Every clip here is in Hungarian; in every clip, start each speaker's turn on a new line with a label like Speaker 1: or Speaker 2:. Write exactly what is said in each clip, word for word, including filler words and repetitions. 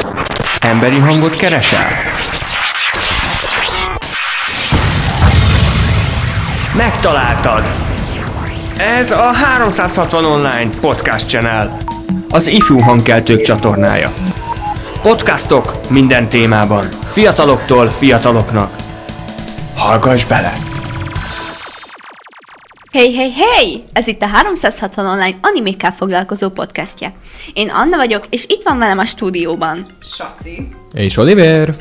Speaker 1: Emberi hangot keresel? Megtaláltad! Ez a háromszázhatvan Online Podcast Channel, az ifjú hangkeltők csatornája. Podcastok minden témában, fiataloktól fiataloknak. Hallgass bele!
Speaker 2: Hey, hey, hey! Ez itt a háromszázhatvan Online animékkel foglalkozó podcastje. Én Anna vagyok, és itt van velem a stúdióban
Speaker 3: Saci
Speaker 4: és Oliver.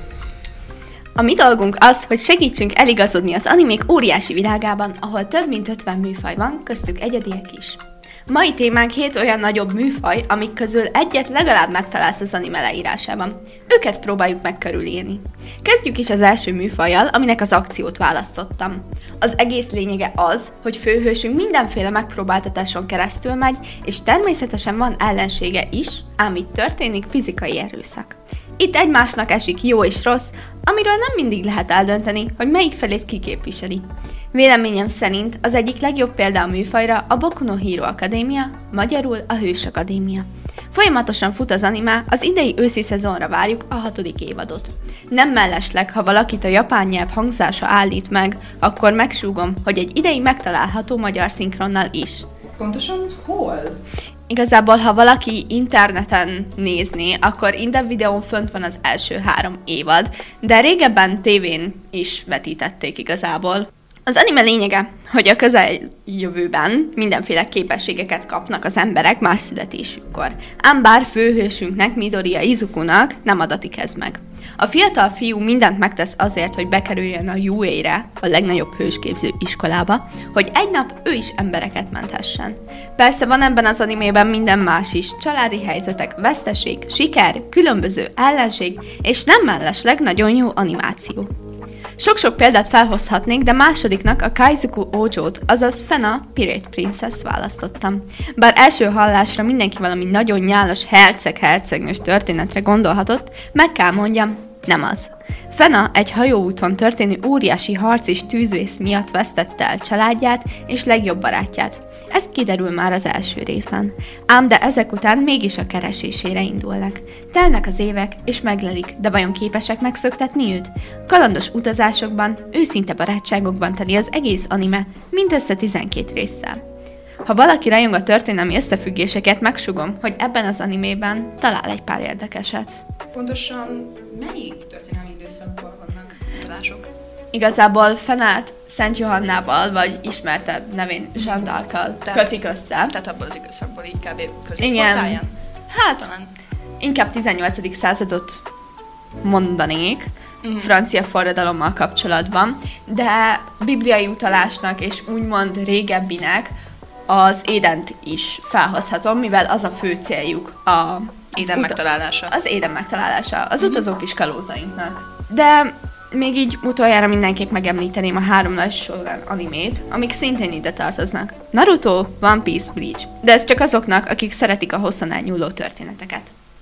Speaker 2: A mi dolgunk az, hogy segítsünk eligazodni az animék óriási világában, ahol több mint ötven műfaj van, köztük egyediek is. Mai témánk hét olyan nagyobb műfaj, amik közül egyet legalább megtalálsz az anime leírásában. Őket próbáljuk meg körülírni. Kezdjük is az első műfajjal, aminek az akciót választottam. Az egész lényege az, hogy főhősünk mindenféle megpróbáltatáson keresztül megy, és természetesen van ellensége is, ám itt történik fizikai erőszak. Itt egymásnak esik jó és rossz, amiről nem mindig lehet eldönteni, hogy melyik felét kiképviseli. Véleményem szerint az egyik legjobb példa a műfajra a Boku no Hero Akadémia, magyarul a Hős Akadémia. Folyamatosan fut az anime, az idei őszi szezonra várjuk a hatodik évadot. Nem mellesleg, ha valakit a japán nyelv hangzása állít meg, akkor megsúgom, hogy egy idei megtalálható magyar szinkronnal is.
Speaker 3: Pontosan hol?
Speaker 2: Igazából, ha valaki interneten nézné, akkor innen videón fönt van az első három évad, de régebben tévén is vetítették igazából. Az anime lényege, hogy a közeljövőben mindenféle képességeket kapnak az emberek már születésükkor. Ám bár főhősünknek, Midoriya Izukunak nem adatik ez meg. A fiatal fiú mindent megtesz azért, hogy bekerüljön a U A-re, a legnagyobb hősképző iskolába, hogy egy nap ő is embereket menthessen. Persze van ebben az animében minden más is, családi helyzetek, veszteség, siker, különböző ellenség, és nem mellesleg nagyon jó animáció. Sok-sok példát felhozhatnék, de másodiknak a Kaizoku Ojót, azaz Fena Pirate Princess választottam. Bár első hallásra mindenki valami nagyon nyálas herceg-hercegnős történetre gondolhatott, meg kell mondjam, nem az. Fena egy hajóúton történő óriási harc és tűzvész miatt vesztette el családját és legjobb barátját. Ez kiderül már az első részben. Ám de ezek után mégis a keresésére indulnak. Telnek az évek, és meglelik, de vajon képesek megszöktetni őt? Kalandos utazásokban, őszinte barátságokban teli az egész anime, mindössze tizenkét résszel. Ha valaki rajong a történelmi összefüggéseket, megsugom, hogy ebben az animében talál egy pár érdekeset.
Speaker 3: Pontosan melyik történelmi időszakból vannak utalások?
Speaker 2: Igazából Fenát Szent Johannával, vagy ismertebb nevén Jeanne d'Arc-kal kötik össze.
Speaker 3: Tehát abból az időszakból így kb.
Speaker 2: Igen.
Speaker 3: Középportáján?
Speaker 2: Hát,
Speaker 3: talán.
Speaker 2: Inkább tizennyolcadik századot mondanék, mm. francia forradalommal kapcsolatban, de bibliai utalásnak és úgymond régebbinek az Édent is felhozhatom, mivel az a fő céljuk a...
Speaker 3: Éden uta- megtalálása.
Speaker 2: Az Éden megtalálása, az mm. utazók is kalózainknak. De még így utoljára mindenképp megemlíteném a három nagy shonen animét, amik szintén ide tartoznak. Naruto, One Piece, Bleach. De ez csak azoknak, akik szeretik a hosszan elnyúló történeteket.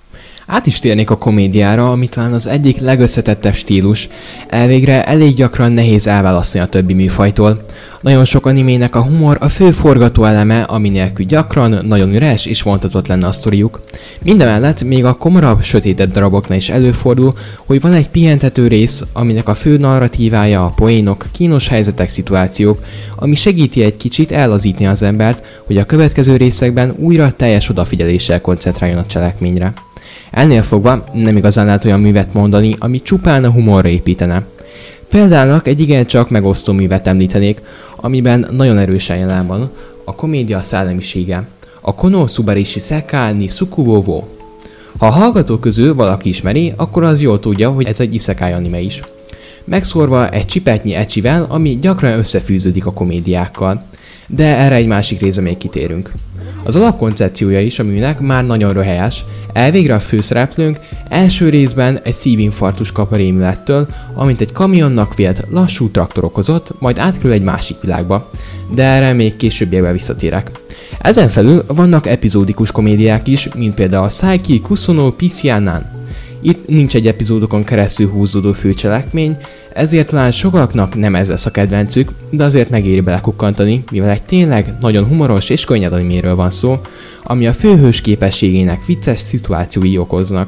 Speaker 4: Át is térnék a komédiára, ami talán az egyik legösszetettebb stílus. Elvégre elég gyakran nehéz elválasztani a többi műfajtól. Nagyon sok animének a humor a fő forgató eleme, ami nélkül gyakran nagyon üres és vontatott lenne a sztoriuk. Mindemellett még a komorabb, sötétebb daraboknál is előfordul, hogy van egy pihentető rész, aminek a fő narratívája a poénok, kínos helyzetek, szituációk, ami segíti egy kicsit ellazítni az embert, hogy a következő részekben újra teljes odafigyeléssel koncentráljon a cselekményre. Ennél fogva nem igazán lehet olyan művet mondani, ami csupán a humorra építene. Például egy igencsak megosztó művet említenék, amiben nagyon erősen jelen van a komédia szellemisége, a Kono Subarishi Sekai ni Sukuwo wo. Ha a hallgatók közül valaki ismeri, akkor az jól tudja, hogy ez egy isekai anime is. Megszórva egy csipetnyi ecsivel, ami gyakran összefűződik a komédiákkal, de erre egy másik részre még kitérünk. Az alapkoncepciója is a műnek már nagyon röhelyes, elvégre a főszereplőnk első részben egy szívinfarktus kap a rémülettől, amint egy kamionnak vélt lassú traktor okozott, majd átkerül egy másik világba, de erre még későbbiekben visszatérek. Ezen felül vannak epizódikus komédiák is, mint például a Saiki Kusono Pisianan. Itt nincs egy epizódokon keresztül húzódó főcselekmény, ezért talán sokaknak nem ez lesz a kedvencük, de azért megéri belekukkantani, mivel egy tényleg nagyon humoros és könnyed animéről van szó, ami a főhős képességének vicces szituációi okoznak.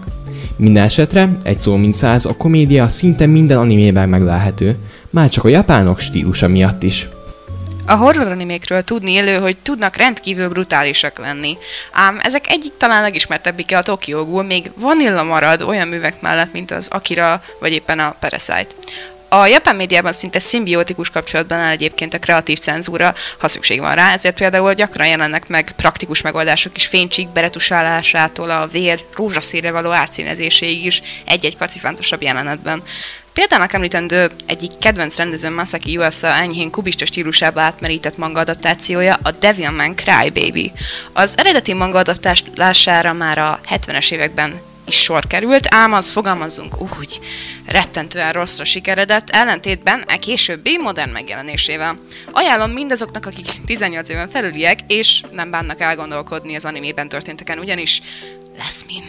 Speaker 4: Minden esetre, egy szó mint száz, a komédia szinte minden animében meglelhető, már csak a japánok stílusa miatt is.
Speaker 3: A horror animékről tudni élő, hogy tudnak rendkívül brutálisak lenni. Ám ezek egyik talán legismertebbike a Tokyo Ghoul, még vanilla marad olyan művek mellett, mint az Akira vagy éppen a Parasite. A japán médiában szinte szimbiotikus kapcsolatban áll egyébként a kreatív cenzúra, ha szükség van rá, ezért például gyakran jelennek meg praktikus megoldások is fénycsík beretusálásától a vér rózsaszínre való átszínezéséig is egy-egy kacifántosabb jelenetben. Példának említendő egyik kedvenc rendező Masaki Yuasa enyhén kubista stílusába átmerített manga adaptációja a Devilman Crybaby. Az eredeti manga adaptálására már a hetvenes években is sor került, ám az fogalmazzunk úgy, rettentően rosszra sikeredett, ellentétben e későbbi modern megjelenésével. Ajánlom mindazoknak, akik tizennyolc éven felüliek, és nem bánnak elgondolkodni az animében történteken, ugyanis lesz min.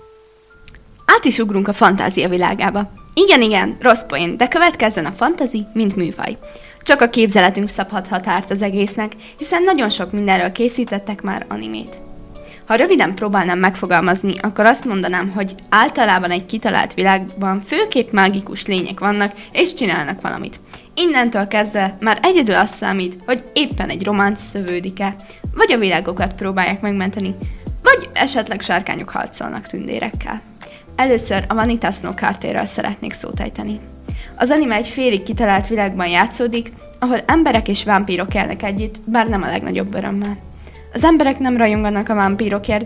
Speaker 2: Át is ugrunk a fantázia világába. Igen, igen, rossz poén, de következzen a fantasy, mint műfaj. Csak a képzeletünk szabhat határt az egésznek, hiszen nagyon sok mindenről készítettek már animét. Ha röviden próbálnám megfogalmazni, akkor azt mondanám, hogy általában egy kitalált világban főképp mágikus lények vannak, és csinálnak valamit. Innentől kezdve már egyedül azt számít, hogy éppen egy románc szövődik-e, vagy a világokat próbálják megmenteni, vagy esetleg sárkányok harcolnak tündérekkel. Először a Vanitas no Cartéről szeretnék szót ejteni. Az anime egy félig kitalált világban játszódik, ahol emberek és vámpírok élnek együtt, bár nem a legnagyobb örömmel. Az emberek nem rajonganak a vámpírokért,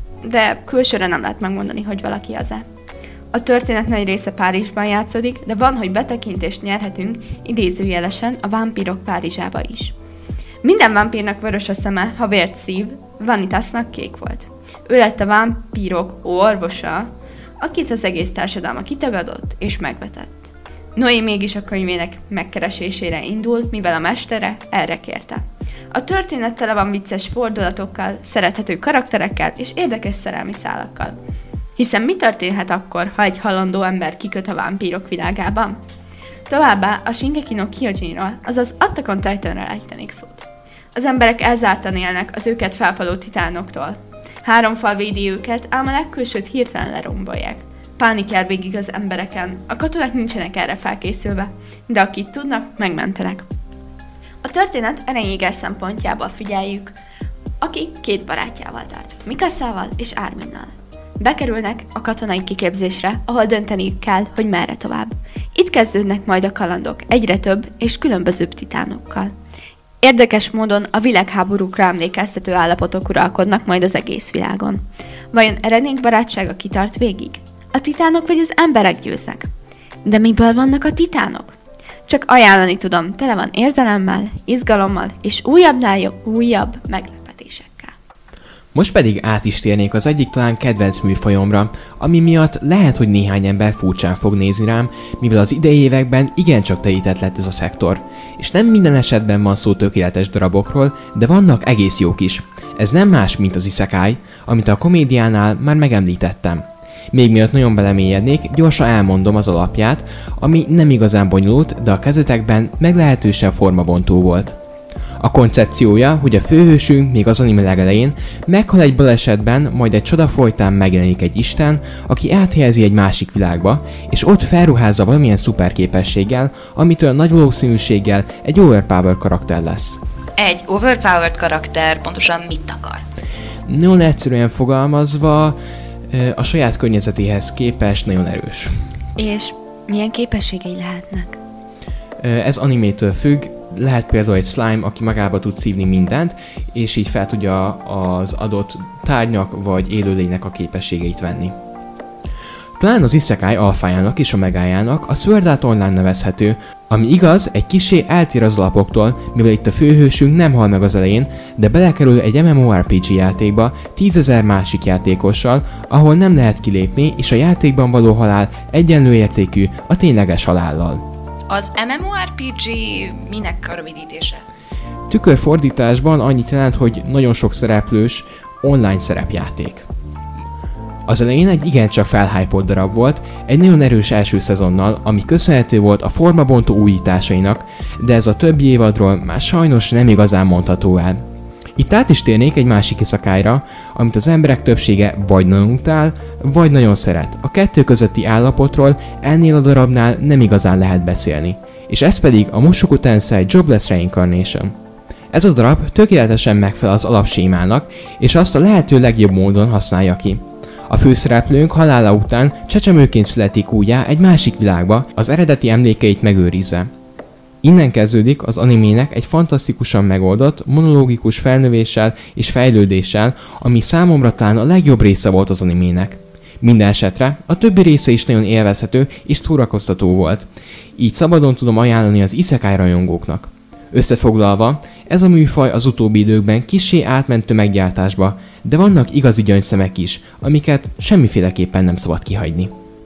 Speaker 2: de külsőre nem lehet megmondani, hogy valaki az-e. A történet nagy része Párizsban játszódik, de van, hogy betekintést nyerhetünk idézőjelesen a vámpírok Párizsába is. Minden vámpírnak vörös a szeme, ha vért szív, Vanitasnak kék volt. Ő lett a vámpírok orvosa, akit az egész társadalma kitagadott és megvetett. Noé mégis a könyvének megkeresésére indul, mivel a mestere erre kérte. A történet tele van vicces fordulatokkal, szerethető karakterekkel és érdekes szerelmi szálakkal. Hiszen mi történhet akkor, ha egy halandó ember kiköt a vámpírok világában? Továbbá a Shingeki no Kyojinról, azaz Attack on Titanről ejtenék szót. Az emberek elzártan élnek az őket felfaló titánoktól. Három fal védi őket, ám a legkülsőt hirtelen lerombolják. Pánik jár végig az embereken, a katonák nincsenek erre felkészülve, de akit tudnak, megmentenek. A történet Eren Yeager szempontjából figyeljük, aki két barátjával tart, Mikaszával és Arminnal. Bekerülnek a katonai kiképzésre, ahol dönteniük kell, hogy merre tovább. Itt kezdődnek majd a kalandok, egyre több és különbözőbb titánokkal. Érdekes módon a világháborúkra emlékeztető állapotok uralkodnak majd az egész világon. Vajon Erenék barátsága kitart végig? A titánok vagy az emberek győznek? De miből vannak a titánok? Csak ajánlani tudom, tele van érzelemmel, izgalommal és újabbnál újabb meglepetésekkel.
Speaker 4: Most pedig át is térnék az egyik talán kedvenc műfajomra, ami miatt lehet, hogy néhány ember furcsán fog nézni rám, mivel az idei években igencsak telített lett ez a szektor. És nem minden esetben van szó tökéletes darabokról, de vannak egész jók is. Ez nem más, mint az isekai, amit a komédiánál már megemlítettem. Még miatt nagyon belemélyednék, gyorsan elmondom az alapját, ami nem igazán bonyolult, de a kezetekben meglehetősen formabontó volt. A koncepciója, hogy a főhősünk még az anime legelején meghal egy balesetben, majd egy csoda folytán megjelenik egy isten, aki áthelyezi egy másik világba, és ott felruházza valamilyen szuperképességgel, amitől nagy valószínűséggel egy overpowered karakter lesz.
Speaker 3: Egy overpowered karakter pontosan mit akar?
Speaker 4: Nagyon egyszerűen fogalmazva, a saját környezetéhez képest nagyon erős.
Speaker 2: És milyen képességei lehetnek?
Speaker 4: Ez animétől függ, lehet például egy slime, aki magába tud szívni mindent, és így fel tudja az adott tárgyak vagy élőlénynek a képességeit venni. Talán az isekai alfájának és omegájának a Sword Art Online nevezhető, ami igaz, egy kissé eltér az alapoktól, mivel itt a főhősünk nem hal meg az elején, de belekerül egy MMORPG játékba tízezer másik játékossal, ahol nem lehet kilépni, és a játékban való halál egyenlő értékű a tényleges halállal.
Speaker 3: Az MMORPG minek a rövidítése?
Speaker 4: Tükörfordításban annyit jelent, hogy nagyon sok szereplős online szerepjáték. Az elején egy igencsak felhypolt darab volt, egy nagyon erős első szezonnal, ami köszönhető volt a formabontó újításainak, de ez a többi évadról már sajnos nem igazán mondható el. Itt át is térnék egy másik isekáira, amit az emberek többsége vagy nagyon utál, vagy nagyon szeret. A kettő közötti állapotról ennél a darabnál nem igazán lehet beszélni. És ez pedig a Mushoku Tensei Jobless Reincarnation. Ez a darab tökéletesen megfelel az alapsémának, és azt a lehető legjobb módon használja ki. A főszereplőnk halála után csecsemőként születik újjá egy másik világba, az eredeti emlékeit megőrizve. Innen kezdődik az animének egy fantasztikusan megoldott, monológikus felnövéssel és fejlődéssel, ami számomra talán a legjobb része volt az animének. Minden esetre a többi része is nagyon élvezhető és szórakoztató volt, így szabadon tudom ajánlani az isekai rajongóknak. Összefoglalva, ez a műfaj az utóbbi időkben kissé átment tömeggyártásba, de vannak igazi gyöngyszemek is, amiket semmiféleképpen nem szabad kihagyni.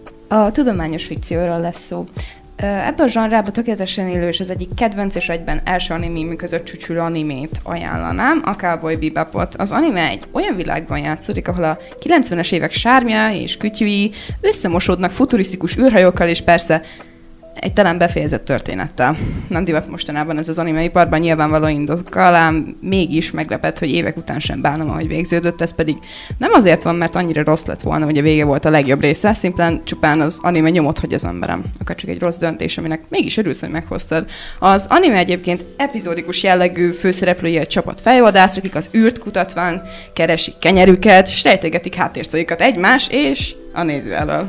Speaker 3: A tudományos fikcióról lesz szó. Ebben a zsanrában tökéletesen élő és az egyik kedvenc és egyben első animémi között csücsülő animét ajánlanám, a Cowboy Bebopot. Az anime egy olyan világban játszódik, ahol a kilencvenes évek sármja és kütyűi összemosódnak futurisztikus űrhajókkal és persze egy talán befejezett történettel. Nem divat mostanában ez az animeiparban nyilvánvaló indokkal, ám mégis meglepett, hogy évek után sem bánom, ahogy végződött, ez pedig nem azért van, mert annyira rossz lett volna, hogy a vége volt a legjobb része, szimplán csupán az anime nyomot hagy az emberem. Akár csak egy rossz döntés, aminek mégis örülsz, hogy meghoztad. Az anime egyébként epizódikus jellegű, főszereplői egy csapat fejvadász, akik az űrt kutatván keresik kenyerüket, és rejtegetik háttérsztoikat egymás és a néző elől.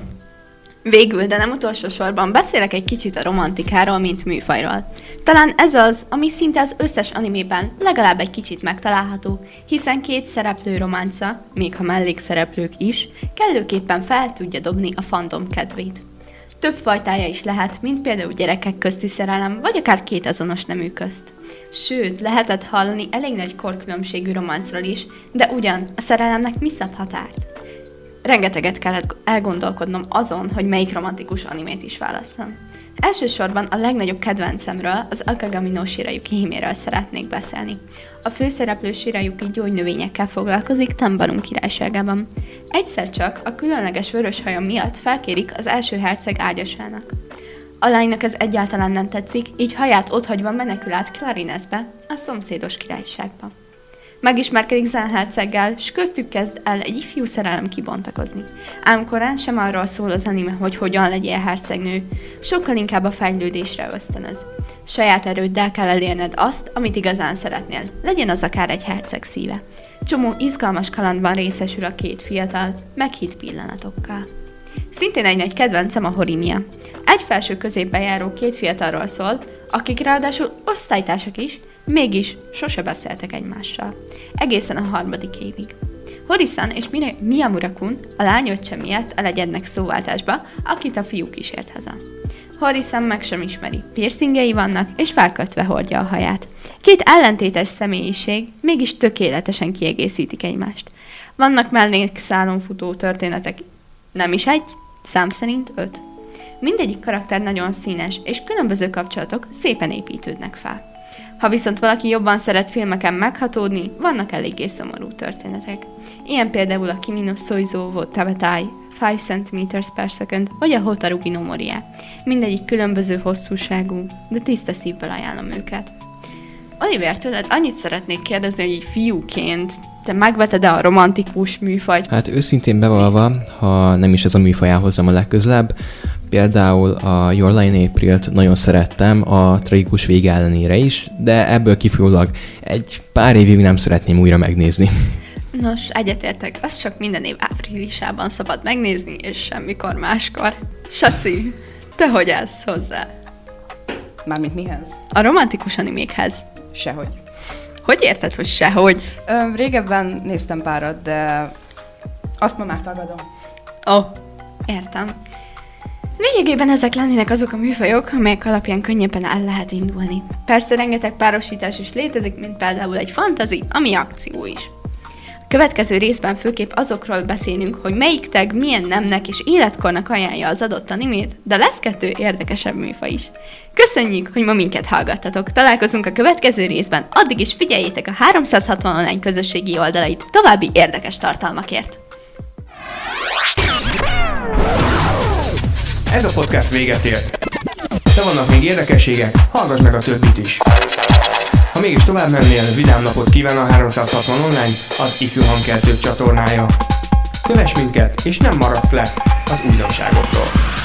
Speaker 2: Végül, de nem utolsó sorban beszélek egy kicsit a romantikáról, mint műfajról. Talán ez az, ami szinte az összes animében legalább egy kicsit megtalálható, hiszen két szereplő románca, még ha mellékszereplők is, kellőképpen fel tudja dobni a fandom kedvét. Több fajtája is lehet, mint például gyerekek közti szerelem, vagy akár két azonos nemű közt. Sőt, lehetett hallani elég nagy korkülönbségű románcról is, de ugyan a szerelemnek mi szab határt? Rengeteget kellett elgondolkodnom azon, hogy melyik romantikus animét is válasszam. Elsősorban a legnagyobb kedvencemről, az Akagami no Shirayuki Himéről szeretnék beszélni. A főszereplő Shirayuki gyógynövényekkel foglalkozik Tambarum királyságában. Egyszer csak a különleges vörös haja miatt felkérik az első herceg ágyasának. A lánynak ez egyáltalán nem tetszik, így haját otthagyva menekül át Clarinesbe, a szomszédos királyságba. Megismerkedik Zen herceggel, s köztük kezd el egy ifjú szerelem kibontakozni. Ám korán sem arról szól az anime, hogy hogyan legyél hercegnő, sokkal inkább a fejlődésre ösztönöz. Saját erőddel kell elérned azt, amit igazán szeretnél, legyen az akár egy herceg szíve. Csomó izgalmas kalandban részesül a két fiatal, meghitt pillanatokkal. Szintén egy nagy kedvencem a Horimiya. Egy felső középben járó két fiatalról szól, akik ráadásul osztálytársak is, mégis sose beszéltek egymással. Egészen a harmadik évig. Hori-san és Miyamura-kun a lány öccse miatt elegyednek szóváltásba, akit a fiú kísért haza. Hori-san meg sem ismeri, piercingei vannak, és felkötve hordja a haját. Két ellentétes személyiség mégis tökéletesen kiegészítik egymást. Vannak mellékszálon futó történetek, nem is egy, szám szerint öt. Mindegyik karakter nagyon színes, és különböző kapcsolatok szépen építődnek fel. Ha viszont valaki jobban szeret filmeken meghatódni, vannak eléggé szomorú történetek. Ilyen például a Kimi no Soizou wo Tabetai, five centimeters per second, vagy a Hotaruki no Morie. Mindegyik különböző hosszúságú, de tiszta szívvel ajánlom őket. Oliver, tőled annyit szeretnék kérdezni, hogy egy fiúként te megveted-e a romantikus műfajt?
Speaker 4: Hát őszintén bevallva, ha nem is ez a műfaj áll hozzám a legközelebb, például a Your Lie April-t nagyon szerettem a tragikus vége ellenére is, de ebből kifolyólag egy pár évig nem szeretném újra megnézni.
Speaker 2: Nos, egyetértek, azt csak minden év áprilisában szabad megnézni, és semmikor máskor. Saci, te hogy állsz hozzá?
Speaker 3: Mármint mihez?
Speaker 2: A romantikus animékhez.
Speaker 3: Sehogy.
Speaker 2: Hogy érted, hogy sehogy?
Speaker 3: Ö, régebben néztem párat, de azt ma már tagadom.
Speaker 2: Ó, oh, értem. Lényegében ezek lennének azok a műfajok, amelyek alapján könnyebben el lehet indulni. Persze rengeteg párosítás is létezik, mint például egy fantasy, ami akció is. A következő részben főképp azokról beszélünk, hogy melyik tag milyen nemnek és életkornak ajánlja az adott animét, de lesz kettő érdekesebb műfaj is. Köszönjük, hogy ma minket hallgattatok! Találkozunk a következő részben, addig is figyeljétek a háromszázhatvan online közösségi oldalait további érdekes tartalmakért!
Speaker 1: Ez a podcast véget ért. De vannak még érdekességek, hallgass meg a többit is. Ha mégis tovább mennél, vidám napot kíván a háromszázhatvan online, az Ifjú Hangkeltők csatornája. Kövess minket, és nem maradsz le az újdonságoktól.